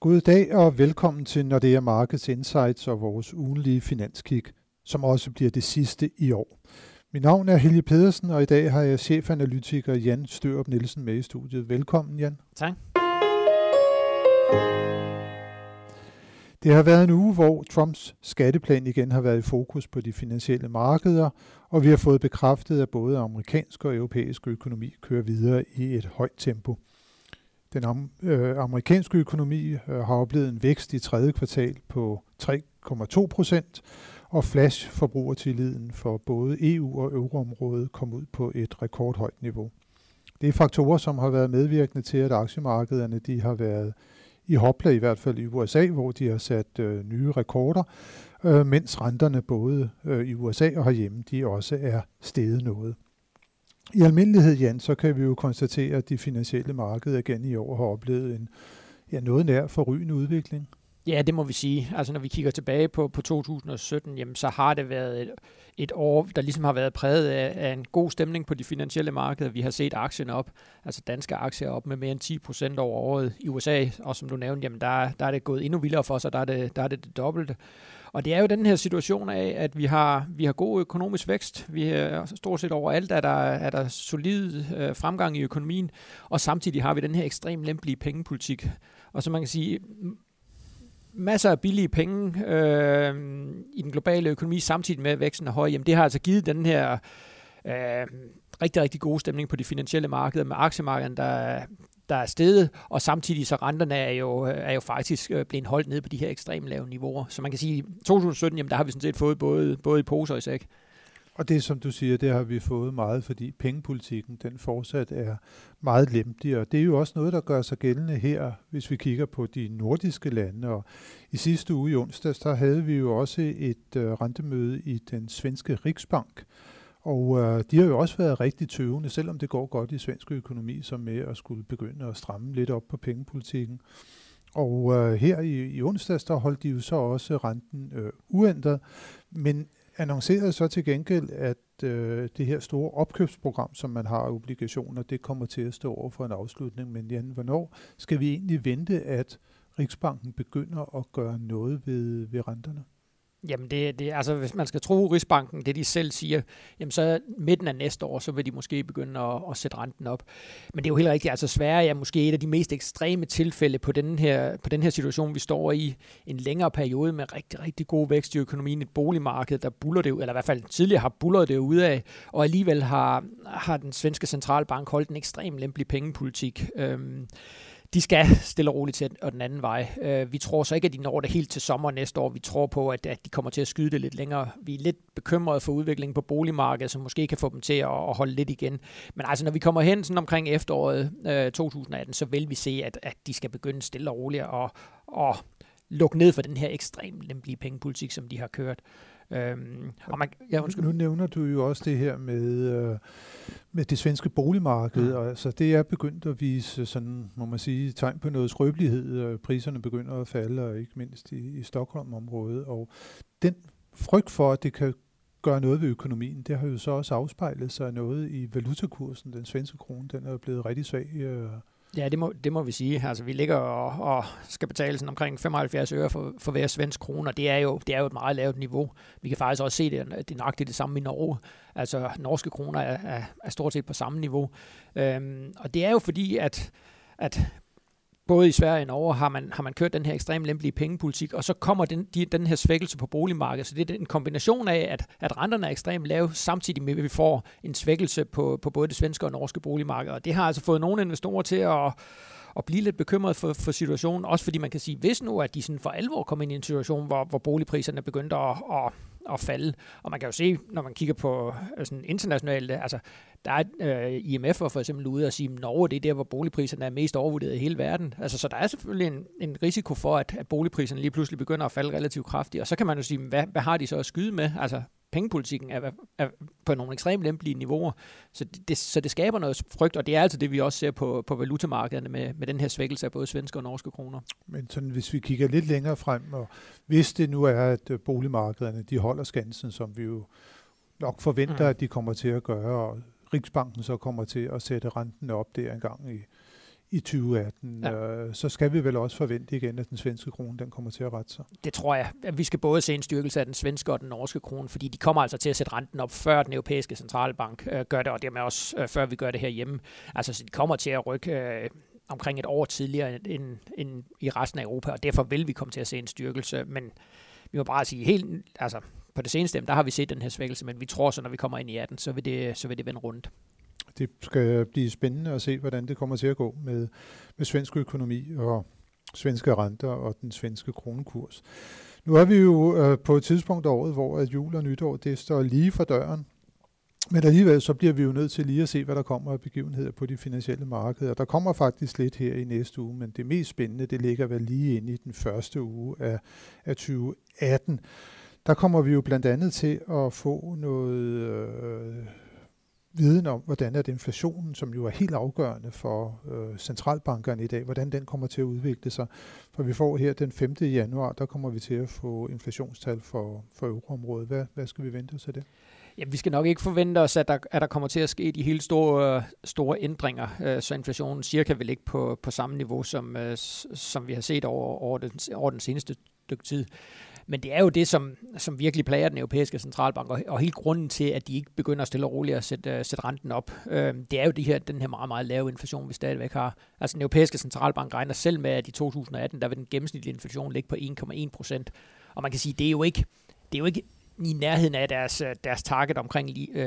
God dag og velkommen til Nordea Markets Insights og vores ugenlige finanskig, som også bliver det sidste i år. Mit navn er Helge Pedersen, og i dag har jeg chefanalytiker Jan Størup Nielsen med i studiet. Velkommen, Jan. Tak. Det har været en uge, hvor Trumps skatteplan igen har været i fokus på de finansielle markeder, og vi har fået bekræftet, at både amerikansk og europæisk økonomi kører videre i et højt tempo. Den amerikanske økonomi har oplevet en vækst i tredje kvartal på 3,2%, og flash-forbrugertilliden for både EU og euroområdet kom ud på et rekordhøjt niveau. Det er faktorer, som har været medvirkende til, at aktiemarkederne de har været i hopla, i hvert fald i USA, hvor de har sat nye rekorder, mens renterne både i USA og herhjemme, de også er steget noget. I almindelighed, Jan, så kan vi jo konstatere, at de finansielle markeder igen i år har oplevet en noget nær forrygende udvikling. Ja, det må vi sige. Altså når vi kigger tilbage på 2017, jamen, så har det været et år, der ligesom har været præget af en god stemning på de finansielle markeder. Vi har set aktierne op, altså danske aktier op med mere end 10% over året. I USA, og som du nævnte, jamen, der er det gået endnu vildere for sig, der er det dobbelte. Og det er jo den her situation af, at vi har god økonomisk vækst. Vi er stort set overalt, er der solid fremgang i økonomien, og samtidig har vi den her ekstremt lempelige pengepolitik. Og så man kan sige, masser af billige penge i den globale økonomi, samtidig med at væksten er høj. Jamen, det har altså givet den her rigtig, rigtig gode stemning på de finansielle markeder, med aktiemarkederne, der er steget, og samtidig så renterne er jo faktisk blevet holdt ned på de her ekstremt lave niveauer. Så man kan sige, 2017, jamen, der har vi sådan set fået både i poser og i sæk. Og det, som du siger, det har vi fået meget, fordi pengepolitikken, den fortsat er meget lempelig, og det er jo også noget, der gør sig gældende her, hvis vi kigger på de nordiske lande. Og i sidste uge i onsdags, der havde vi jo også et rentemøde i den svenske Riksbank, og de har jo også været rigtig tøvende, selvom det går godt i svensk økonomi, som med at skulle begynde at stramme lidt op på pengepolitikken. Og her i onsdags, der holdt de jo så også renten uændret, men annoncerede så til gengæld, at det her store opkøbsprogram, som man har af obligationer, det kommer til at stå over for en afslutning. Men Jan, hvornår skal vi egentlig vente, at Riksbanken begynder at gøre noget ved renterne? Jamen altså hvis man skal tro Rigsbanken, det de selv siger, jamen så midten af næste år, så vil de måske begynde at sætte renten op. Men det er jo helt rigtigt, altså Sverige er måske et af de mest ekstreme tilfælde på den her situation, vi står i en længere periode med rigtig, rigtig god vækst i økonomien, et boligmarked, der buller det, eller i hvert fald tidligere har bulleret det ud af, og alligevel har den svenske centralbank holdt en ekstrem lempelig pengepolitik. De skal stille og roligt til og den anden vej. Vi tror så ikke, at de når det helt til sommer næste år. Vi tror på, at de kommer til at skyde det lidt længere. Vi er lidt bekymrede for udviklingen på boligmarkedet, som måske kan få dem til at holde lidt igen. Men altså, når vi kommer hen sådan omkring efteråret 2018, så vil vi se, at de skal begynde stille og roligt og lukke ned for den her ekstremt lempelige pengepolitik, som de har kørt. Nu nævner du jo også det her med det svenske boligmarked, og altså det er begyndt at vise sådan, må man sige, tegn på noget skrøbelighed. Priserne begynder at falde, og ikke mindst i Stockholm-området, og den frygt for, at det kan gøre noget ved økonomien, det har jo så også afspejlet sig noget i valutakursen. Den svenske krone, den er blevet rigtig svag. Ja, det må vi sige. Altså, vi ligger og skal betale sådan omkring 75 øre for hver svensk krone, og det er jo et meget lavt niveau. Vi kan faktisk også se, det er nøjagtigt det samme i Norge. Altså, norske kroner er stort set på samme niveau. Og det er jo fordi, at både i Sverige og Norge har man kørt den her ekstremt lempelige pengepolitik, og så kommer den her svækkelse på boligmarkedet. Så det er en kombination af, at renterne er ekstremt lave, samtidig med, at vi får en svækkelse på både det svenske og norske boligmarked. Og det har altså fået nogle investorer til at blive lidt bekymret for situationen, også fordi man kan sige, hvis nu, at de sådan for alvor kommer ind i en situation, hvor boligpriserne begyndte at falde. Og man kan jo se, når man kigger på sådan internationalt, altså der er IMF for eksempel ude og sige, at Norge det er der, hvor boligpriserne er mest overvurderet i hele verden. Altså, så der er selvfølgelig en risiko for, at boligpriserne lige pludselig begynder at falde relativt kraftigt. Og så kan man jo sige, hvad har de så at skyde med? Altså, pengepolitikken er på nogle ekstremt lempelige niveauer, så det skaber noget frygt, og det er altså det, vi også ser på valutamarkederne med den her svækkelse af både svenske og norske kroner. Men sådan, hvis vi kigger lidt længere frem, og hvis det nu er, at boligmarkederne de holder skansen, som vi jo nok forventer, at de kommer til at gøre, og Riksbanken så kommer til at sætte renten op der en gang i 2018, så skal vi vel også forvente igen, at den svenske krone den kommer til at rette sig. Det tror jeg. Vi skal både se en styrkelse af den svenske og den norske krone, fordi de kommer altså til at sætte renten op, før den europæiske centralbank gør det, og dermed også før vi gør det herhjemme. Altså, så de kommer til at rykke omkring et år tidligere end i resten af Europa, og derfor vil vi komme til at se en styrkelse. Men vi må bare sige, på det seneste, der har vi set den her svækkelse, men vi tror så, når vi kommer ind i 18, så vil det vende rundt. Det skal blive spændende at se, hvordan det kommer til at gå med svensk økonomi og svenske renter og den svenske kronekurs. Nu er vi jo på et tidspunkt af året, hvor at jul og nytår, det står lige for døren. Men alligevel så bliver vi jo nødt til lige at se, hvad der kommer af begivenheder på de finansielle markeder. Der kommer faktisk lidt her i næste uge, men det mest spændende, det ligger vel lige inde i den første uge af 2018. Der kommer vi jo blandt andet til at få noget viden om, hvordan at inflationen, som jo er helt afgørende for centralbankerne i dag, hvordan den kommer til at udvikle sig. For vi får her den 5. januar, der kommer vi til at få inflationstal for euroområdet. Hvad skal vi vente os af det? Ja, vi skal nok ikke forvente os, at der kommer til at ske de helt store ændringer, så inflationen cirka vil ligge på samme niveau, som vi har set over den seneste stykke tid. Men det er jo det, som virkelig plager den europæiske centralbank, og helt grunden til, at de ikke begynder stille og roligt at sætte renten op, det er jo den her meget, meget lave inflation, vi stadigvæk har. Altså den europæiske centralbank regner selv med, at i 2018, der vil den gennemsnitlige inflation ligge på 1,1%. Og man kan sige, det er jo ikke i nærheden af deres target omkring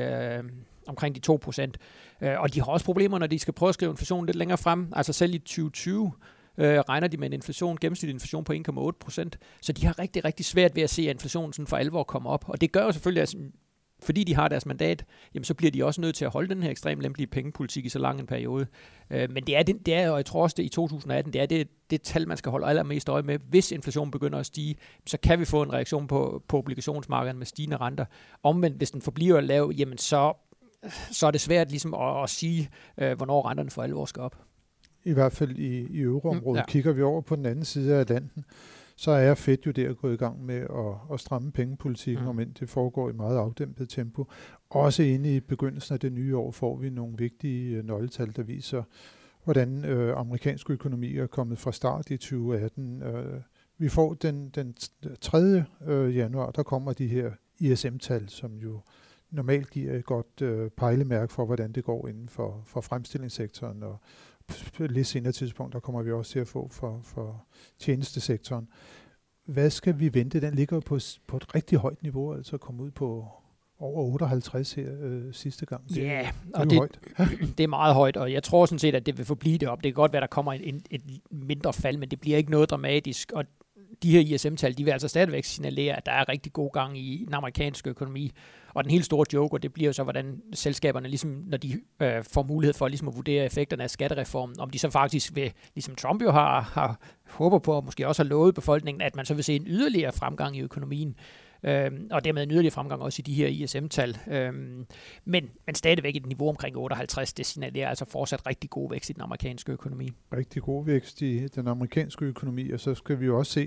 de 2%. Og de har også problemer, når de skal prøve at skrive inflationen lidt længere frem. Altså selv i 2020 regner de med en gennemsnitlig inflation på 1,8%. Så de har rigtig, rigtig svært ved at se, at inflationen sådan for alvor kommer op. Og det gør jo selvfølgelig, at fordi de har deres mandat, jamen så bliver de også nødt til at holde den her ekstremt lempelige pengepolitik i så lang en periode. Men det er, og jeg tror også, det i 2018, det er det tal, man skal holde allermest øje med. Hvis inflationen begynder at stige, så kan vi få en reaktion på obligationsmarkedet med stigende renter. Omvendt, hvis den forbliver lav, jamen så er det svært ligesom at sige, hvornår renterne for alvor skal op. I hvert fald i euroområdet. Kigger vi over på den anden side af Atlanten, så er Fed jo der gået i gang med at stramme pengepolitikken, om end det foregår i meget afdæmpet tempo. Også inde i begyndelsen af det nye år får vi nogle vigtige nøgletal, der viser, hvordan amerikansk økonomi er kommet fra start i 2018. Vi får den 3. januar, der kommer de her ISM-tal, som jo normalt giver et godt pejlemærke for, hvordan det går inden for fremstillingssektoren, og på et lidt senere tidspunkt, der kommer vi også til at få for tjenestesektoren. Hvad skal vi vente? Den ligger på et rigtig højt niveau, altså komme ud på over 58 her sidste gang. Ja, og det er meget højt, og jeg tror sådan set, at det vil forblive det op. Det kan godt være, der kommer et mindre fald, men det bliver ikke noget dramatisk, og de her ISM-tal, de vil altså stadigvæk signalere, at der er rigtig god gang i den amerikanske økonomi. Og den helt store joke, og det bliver jo så, hvordan selskaberne, ligesom, når de får mulighed for ligesom at vurdere effekterne af skattereformen, om de så faktisk vil, ligesom Trump jo har håber på, og måske også har lovet befolkningen, at man så vil se en yderligere fremgang i økonomien. Og dermed en yderligere fremgang også i de her ISM-tal. Men stadigvæk et niveau omkring 58, det signalerer altså fortsat rigtig god vækst i den amerikanske økonomi. Rigtig god vækst i den amerikanske økonomi, og så skal vi jo også se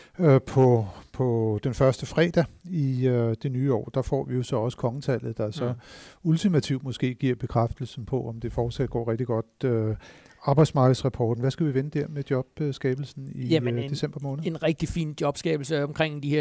på den første fredag i det nye år, der får vi jo så også kongetallet, der så ultimativt måske giver bekræftelsen på, om det fortsat går rigtig godt. Arbejdsmarkedsrapporten. Hvad skal vi vente der med jobskabelsen i december måned? En rigtig fin jobskabelse omkring de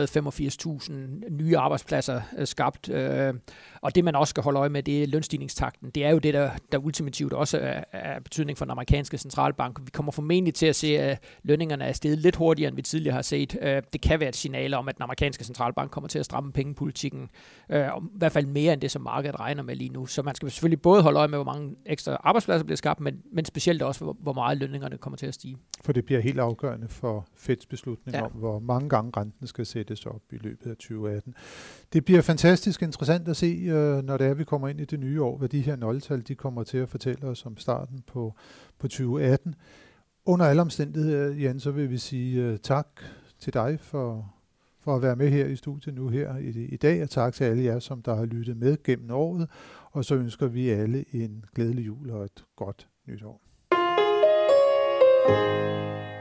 her 185.000 nye arbejdspladser skabt. Og det man også skal holde øje med, det er lønstigningstakten. Det er jo det, der ultimativt også er betydning for den amerikanske centralbank. Vi kommer formentlig til at se, at lønningerne er steget lidt hurtigere, end vi tidligere har set. Det kan være et signal om, at den amerikanske centralbank kommer til at stramme pengepolitikken. I hvert fald mere end det, som markedet regner med lige nu. Så man skal selvfølgelig både holde øje med, hvor mange ekstra arbejdspladser bliver skabt, men specielt også, hvor meget lønningerne kommer til at stige. For det bliver helt afgørende for Feds beslutning om, hvor mange gange renten skal sættes op i løbet af 2018. Det bliver fantastisk interessant at se, når det er, vi kommer ind i det nye år, hvad de her nøgletal, de kommer til at fortælle os om starten på 2018. Under alle omstændigheder, Jan, så vil vi sige tak til dig for at være med her i studiet nu her i dag, og tak til alle jer, som der har lyttet med gennem året, og så ønsker vi alle en glædelig jul og et godt nytår.